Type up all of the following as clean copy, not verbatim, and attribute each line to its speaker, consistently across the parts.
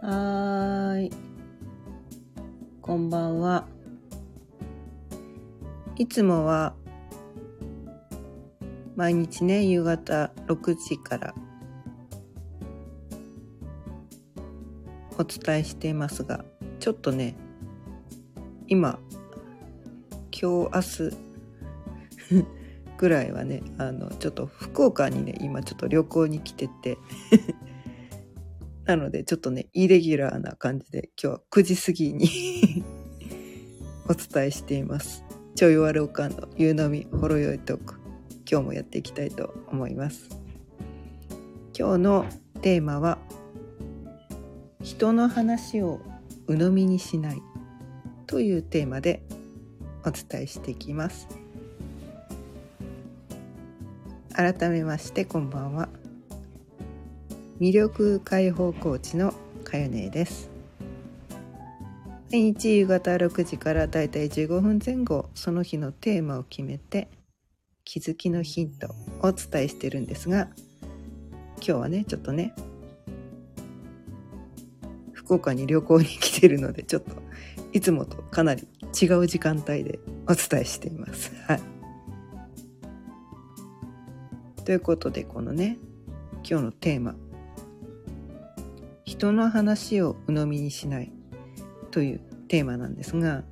Speaker 1: はーい、こんばんは。いつもは毎日ね、夕方6時からお伝えしていますが、ちょっとね、今日明日ぐらいはね、ちょっと福岡にね、今ちょっと旅行に来ててなのでちょっとね、イレギュラーな感じで今日は9時過ぎにお伝えしています。ちょいわるおかんの夕飲みほろよいトーク、今日もやっていきたいと思います。今日のテーマは、人の話を鵜呑みにしないというテーマでお伝えしていきます。改めましてこんばんは。魅力解放コーチのかよねです。毎日夕方6時からだいたい15分前後、その日のテーマを決めて気づきのヒントをお伝えしてるんですが、今日はね、ちょっとね、福岡に旅行に来てるので、ちょっといつもとかなり違う時間帯でお伝えしています。はい。ということで、このね、今日のテーマ、人の話を鵜呑みにしないというテーマなんですが、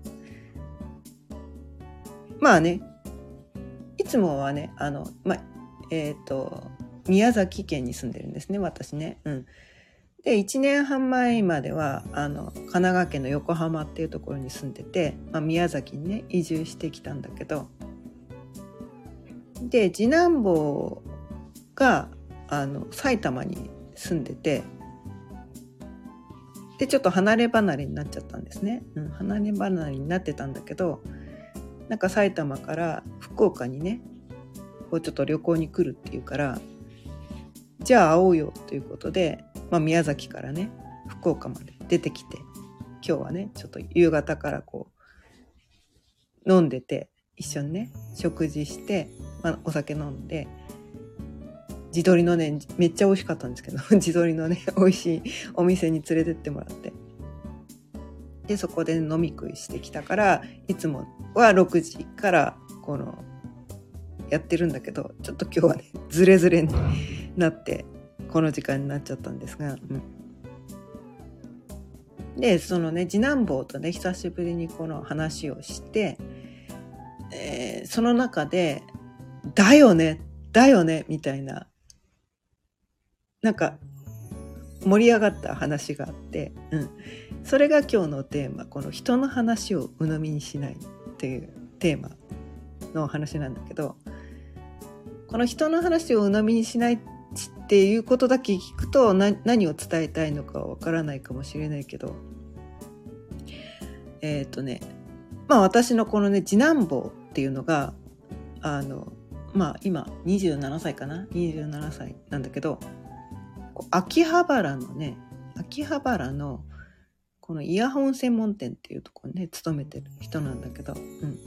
Speaker 1: まあね、いつもはね、宮崎県に住んでるんですね、私ね。で、1年半前までは神奈川県の横浜っていうところに住んでて、宮崎にね移住してきたんだけど、で次男坊が埼玉に住んでて、でちょっと離れ離れになっちゃったんですね。離れ離れになってたんだけど、なんか埼玉から福岡にねこうちょっと旅行に来るっていうから、じゃあ会おうよということで、宮崎からね福岡まで出てきて、今日はねちょっと夕方からこう飲んでて、一緒にね食事して、お酒飲んで、地鶏のねめっちゃ美味しかったんですけど地鶏のね美味しいお店に連れてってもらって、でそこで飲み食いしてきたから、いつもは6時からこのやってるんだけど、ちょっと今日はねズレズレになってこの時間になっちゃったんですが、でそのね次男坊とね久しぶりにこの話をして、その中でだよねみたいな、なんか盛り上がった話があって、それが今日のテーマ、この人の話を鵜呑みにしないっていうテーマの話なんだけど、この人の話を鵜呑みにしないっていうことだけ聞くと何を伝えたいのかわからないかもしれないけど、私のこのね次男坊っていうのが今27歳かな、27歳なんだけど、秋葉原のこのイヤホン専門店っていうところにね勤めてる人なんだけど、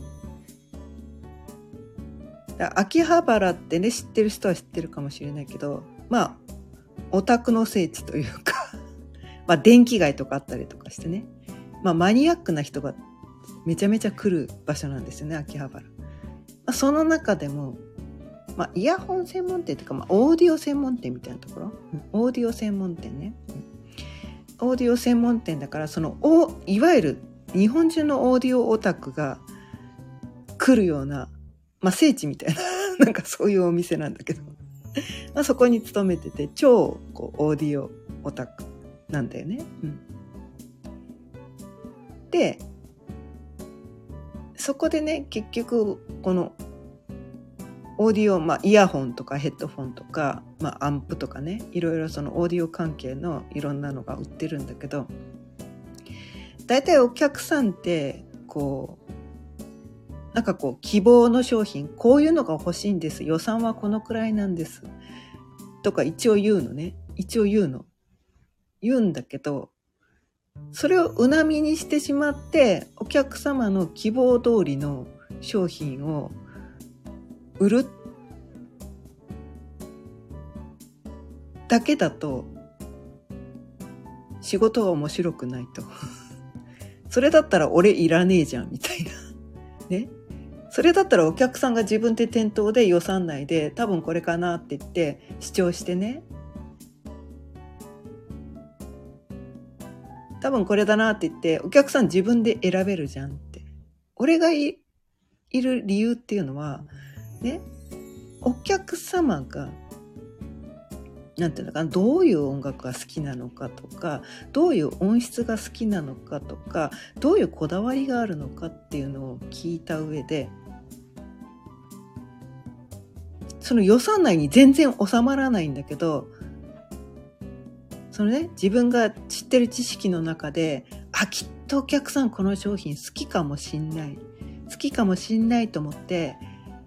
Speaker 1: 秋葉原ってね知ってる人は知ってるかもしれないけど、オタクの聖地というか電気街とかあったりとかしてね、マニアックな人がめちゃめちゃ来る場所なんですよね、秋葉原。その中でもイヤホン専門店というか、オーディオ専門店みたいなところ、オーディオ専門店ね、オーディオ専門店だから、いわゆる日本中のオーディオオタクが来るような、聖地みたいななんかそういうお店なんだけどそこに勤めてて、超オーディオオタクなんだよね。でそこでね、結局このオーディオ、イヤホンとかヘッドフォンとか、アンプとかね、いろいろそのオーディオ関係のいろんなのが売ってるんだけど、だいたいお客さんって希望の商品、こういうのが欲しいんです、予算はこのくらいなんですとか一応言うのね。言うんだけど、それを鵜呑みにしてしまって、お客様の希望通りの商品を売るだけだと仕事が面白くないと。それだったら俺いらねえじゃんみたいな。ね。それだったらお客さんが自分で店頭で予算内で多分これかなって言って主張してね。多分これだなって言ってお客さん自分で選べるじゃんって。俺がいる理由っていうのはね、お客様がなんていうのかな、どういう音楽が好きなのかとか、どういう音質が好きなのかとか、どういうこだわりがあるのかっていうのを聞いた上で、その予算内に全然収まらないんだけど、そのね、自分が知ってる知識の中で、きっとお客さんこの商品好きかもしんない。好きかもしんないと思って、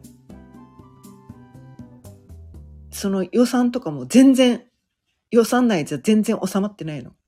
Speaker 1: その予算とかも全然、予算内じゃ全然収まってないの。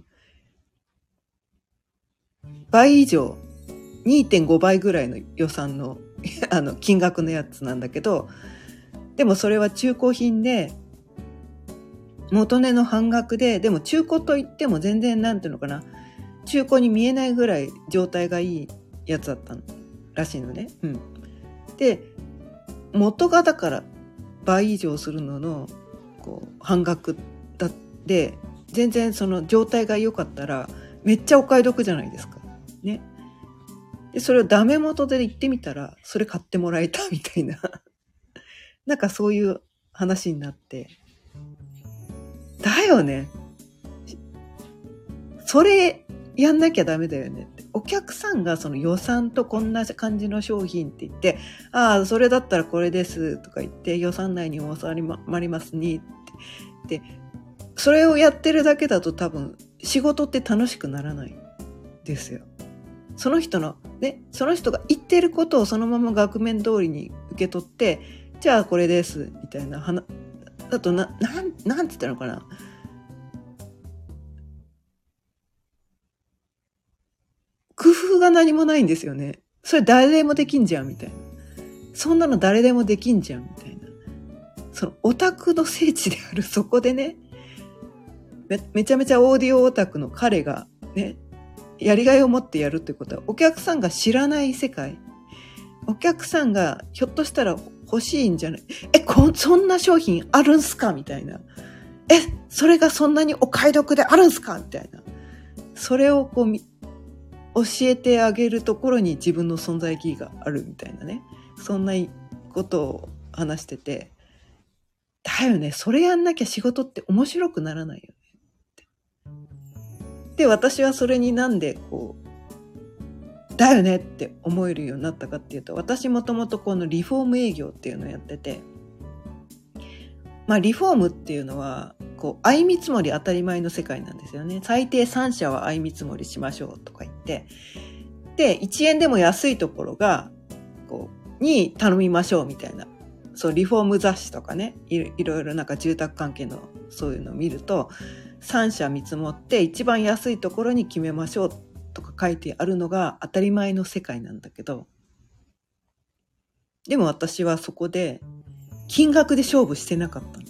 Speaker 1: 倍以上、2.5 倍ぐらいの予算の金額のやつなんだけど、でもそれは中古品で、元値の半額で、でも中古といっても全然なんていうのかな、中古に見えないぐらい状態がいいやつだったらしいのね。で、元がだから倍以上するののこう半額だって全然その状態が良かったらめっちゃお買い得じゃないですかね。でそれをダメ元で言ってみたらそれ買ってもらえたみたいななんかそういう話になって、だよね、それやんなきゃダメだよねって。お客さんがその予算とこんな感じの商品って言って、それだったらこれですとか言って予算内に収まりますねってで、それをやってるだけだと多分仕事って楽しくならないですよ。その人のね、その人が言ってることをそのまま額面通りに受け取って、じゃあこれですみたいなだとなんて言ったのかな。工夫が何もないんですよね。それ誰でもできんじゃんみたいな。そんなの誰でもできんじゃんみたいな。そのオタクの聖地であるそこでね、めちゃめちゃオーディオオタクの彼がね、やりがいを持ってやるってことはお客さんが知らない世界。お客さんがひょっとしたら欲しいんじゃない？そんな商品あるんすかみたいな。それがそんなにお買い得であるんすかみたいな。それをこう教えてあげるところに自分の存在意義があるみたいなね、そんなことを話してて、だよね、それやんなきゃ仕事って面白くならないよねって。で、私はそれになんでこうだよねって思えるようになったかっていうと、私もともとこのリフォーム営業っていうのをやってて、リフォームっていうのはこう相見積もり当たり前の世界なんですよね。最低3社は相見積もりしましょうとか言って、で1円でも安いところがこうに頼みましょうみたいな、そうリフォーム雑誌とかね、いろいろなんか住宅関係のそういうのを見ると、3社見積もって一番安いところに決めましょうとか書いてあるのが当たり前の世界なんだけど、でも私はそこで金額で勝負してなかったの。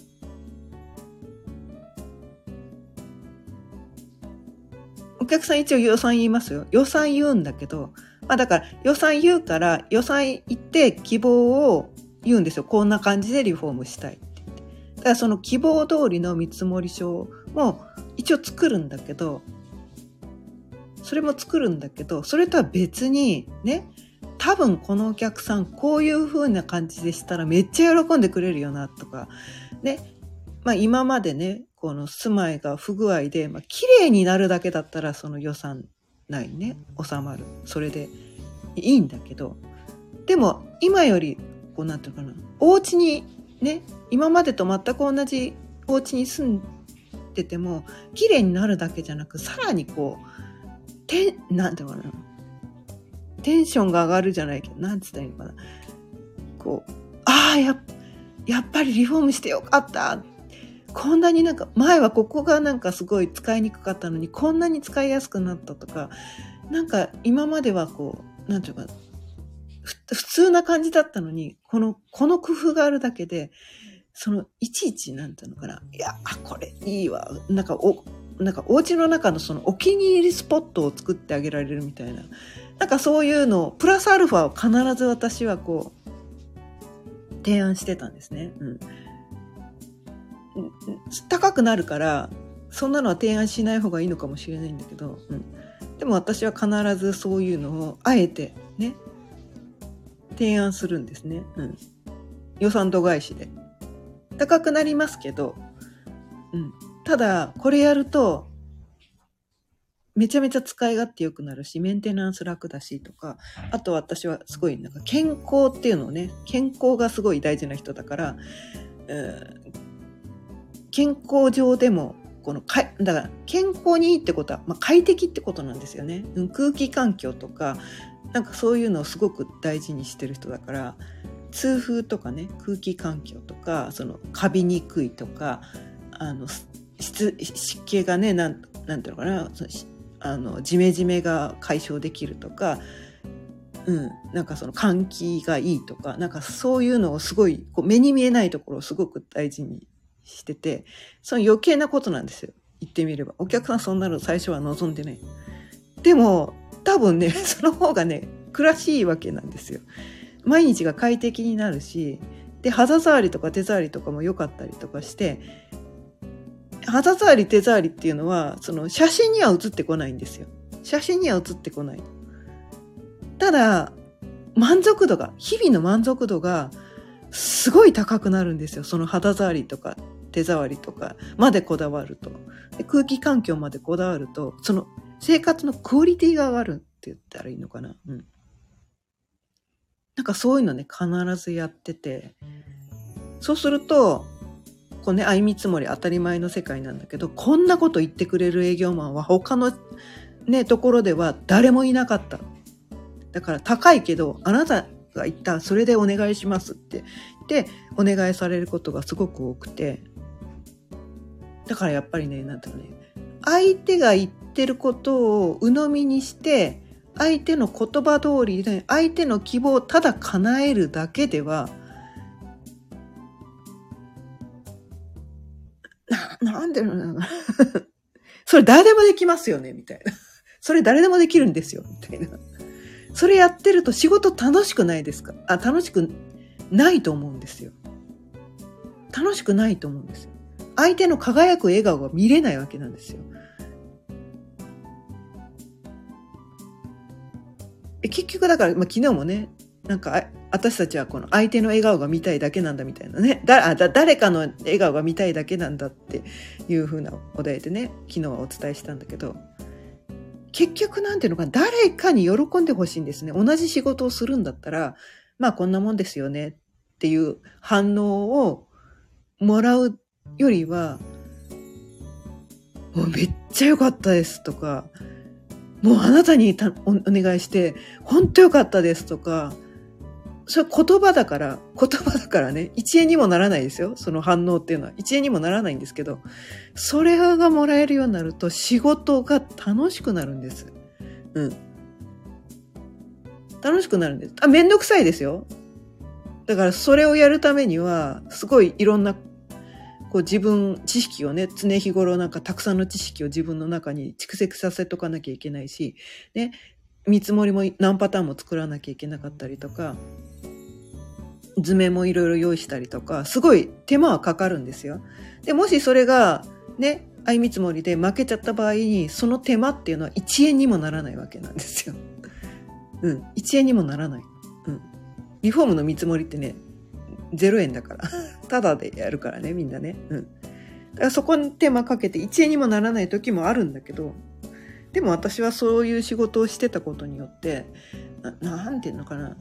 Speaker 1: お客さん一応予算言いますよ。予算言うんだけど、だから予算言うから予算言って希望を言うんですよ。こんな感じでリフォームしたいって言って。だからその希望通りの見積書も一応作るんだけど、それとは別にね、多分このお客さんこういう風な感じでしたらめっちゃ喜んでくれるよなとかね、今までね、この住まいが不具合で、綺麗になるだけだったらその予算内にね収まる、それでいいんだけど、でも今よりこうなんていうかな、お家にね、今までと全く同じお家に住んでても綺麗になるだけじゃなく、さらにこうなんていうかな、テンションが上がるじゃないけど、なんつったらいいのかな、こうやっぱりリフォームしてよかった、こんなになんか前はここがなんかすごい使いにくかったのにこんなに使いやすくなったとか、なんか今まではこうなんていうか普通な感じだったのに、この工夫があるだけで、そのいちいちなんていうのかな、いやこれいいわ、なんかなんかお家の中のそのお気に入りスポットを作ってあげられるみたいな、なんかそういうのをプラスアルファを必ず私はこう提案してたんですね。高くなるからそんなのは提案しない方がいいのかもしれないんだけど、でも私は必ずそういうのをあえてね提案するんですね。予算度外視で高くなりますけど、ただこれやるとめちゃめちゃ使い勝手良くなるし、メンテナンス楽だしとか、あと私はすごいなんか健康っていうのをね、健康がすごい大事な人だから、健康上でもだから健康にいいってことは、快適ってことなんですよね。空気環境とかなんかそういうのをすごく大事にしてる人だから、通風とかね、空気環境とか、そのカビにくいとか、湿気がね、なんていうのかな、ジメジメが解消できるとか、なんかその換気がいいとか、なんかそういうのをすごいこう目に見えないところをすごく大事にしてて、その余計なことなんですよ。言ってみればお客さんそんなの最初は望んでない。でも多分ね、その方がね暮らしいいわけなんですよ。毎日が快適になるし、で肌触りとか手触りとかも良かったりとかして、肌触り手触りっていうのはその写真には写ってこないんですよ。写真には写ってこない。ただ満足度が、日々の満足度がすごい高くなるんですよ。その肌触りとか手触りとかまでこだわると、で空気環境までこだわると、その生活のクオリティが上がるって言ったらいいのかな。なんかそういうのね必ずやってて、そうするとこうね、相見積もり当たり前の世界なんだけど、こんなこと言ってくれる営業マンは他のねところでは誰もいなかった。だから高いけどあなたが言ったそれでお願いしますって言ってお願いされることがすごく多くて、だからやっぱりね、なんていうのね、相手が言ってることを鵜呑みにして相手の言葉通りで相手の希望をただ叶えるだけではなんでそれ誰でもできますよねみたいな、それ誰でもできるんですよみたいな、それやってると仕事楽しくないですか？楽しくないと思うんですよ。楽しくないと思うんですよ。相手の輝く笑顔が見れないわけなんですよ。結局だから、昨日もね、なんか私たちはこの相手の笑顔が見たいだけなんだみたいなね、誰かの笑顔が見たいだけなんだっていう風なお題でね、昨日はお伝えしたんだけど、結局なんていうのかな、誰かに喜んでほしいんですね。同じ仕事をするんだったら、こんなもんですよねっていう反応をもらうよりは、もうめっちゃ良かったですとか、もうあなたにお願いして本当良かったですとか、それ言葉だからね、1円にもならないですよ。その反応っていうのは1円にもならないんですけど、それがもらえるようになると仕事が楽しくなるんです。楽しくなるんです。めんどくさいですよ。だからそれをやるためにはすごいいろんなこう知識をね、常日頃なんかたくさんの知識を自分の中に蓄積させとかなきゃいけないし、ね、見積もりも何パターンも作らなきゃいけなかったりとか、図面もいろいろ用意したりとか、すごい手間はかかるんですよ。で、もしそれがね、相見積もりで負けちゃった場合に、その手間っていうのは1円にもならないわけなんですよ。1円にもならない。リフォームの見積もりってね、0円だから。ただでやるからね、みんなね。だからそこに手間かけて1円にもならない時もあるんだけど、でも私はそういう仕事をしてたことによって、なんていうのかな。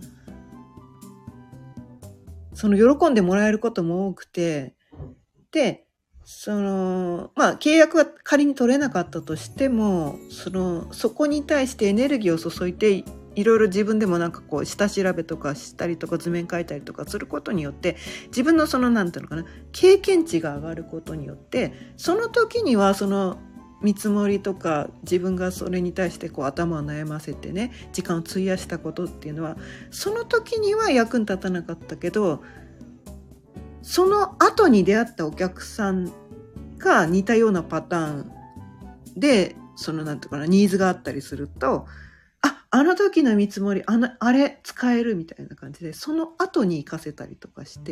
Speaker 1: その喜んでもらえることも多くて、で、契約が仮に取れなかったとしても、そこに対してエネルギーを注いで、いろいろ自分でもなんかこう下調べとかしたりとか図面描いたりとかすることによって、自分のなんていうのかな、経験値が上がることによって、その時には見積もりとか自分がそれに対してこう頭を悩ませてね、時間を費やしたことっていうのはその時には役に立たなかったけど、その後に出会ったお客さんが似たようなパターンで、なんていうかな、ニーズがあったりすると、あの時の見積もり、あれ使えるみたいな感じで、その後に活かせたりとかして、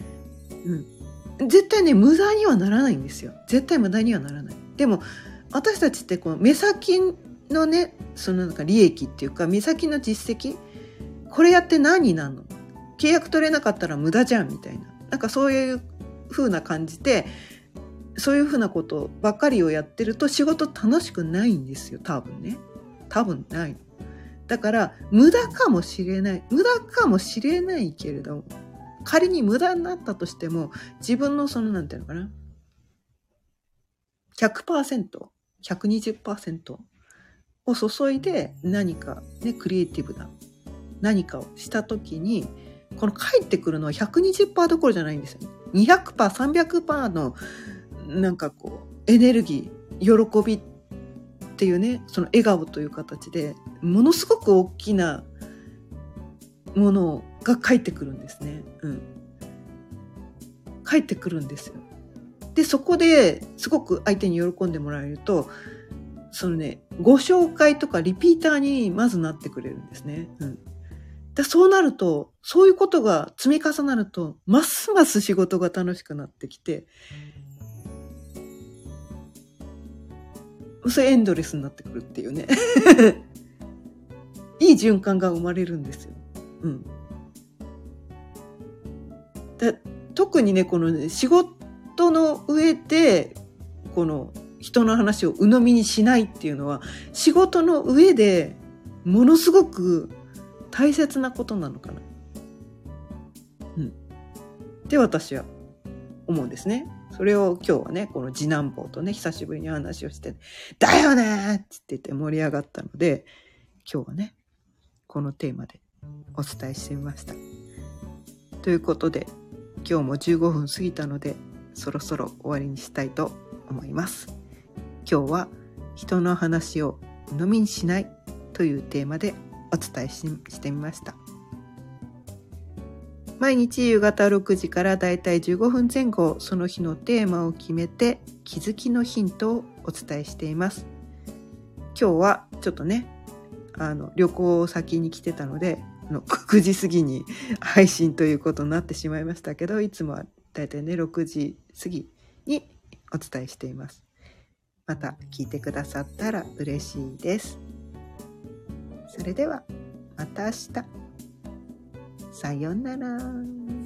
Speaker 1: 絶対ね、無駄にはならないんですよ。絶対無駄にはならない。でも、私たちってこの目先のね、なんか利益っていうか、目先の実績、これやって何になるの？契約取れなかったら無駄じゃんみたいな。なんかそういう風な感じで、そういう風なことばっかりをやってると仕事楽しくないんですよ、多分ね。多分ない。だから無駄かもしれないけれど、仮に無駄になったとしても、自分のなんていうのかな、100%、120% を注いで何かね、クリエイティブな何かをしたときに、この返ってくるのは 120% どころじゃないんですよ。200%、300% のなんかこうエネルギー、喜びっていうね、その笑顔という形でものすごく大きなものが返ってくるんですね。返ってくるんですよ。で、そこですごく相手に喜んでもらえると、ご紹介とかリピーターにまずなってくれるんですね。で、そうなると、そういうことが積み重なると、ますます仕事が楽しくなってきて、それエンドレスになってくるっていうね。いい循環が生まれるんですよ。特にね、このね、仕事の上で、この人の話を鵜呑みにしないっていうのは、仕事の上でものすごく大切なことなのかな。って私は思うんですね。それを今日はね、この次男坊とね、久しぶりに話をして、だよねーって言って盛り上がったので、今日はね、このテーマでお伝えしてみました。ということで、今日も15分過ぎたので、そろそろ終わりにしたいと思います。今日は人の話を鵜呑みにしないというテーマでお伝えしてみました。毎日夕方6時からだいたい15分前後、その日のテーマを決めて気づきのヒントをお伝えしています。今日はちょっとね、旅行先に来てたので、9時過ぎに配信ということになってしまいましたけど、いつもはだいたいね、6時過ぎにお伝えしています。また聞いてくださったら嬉しいです。それではまた明日。さようなら。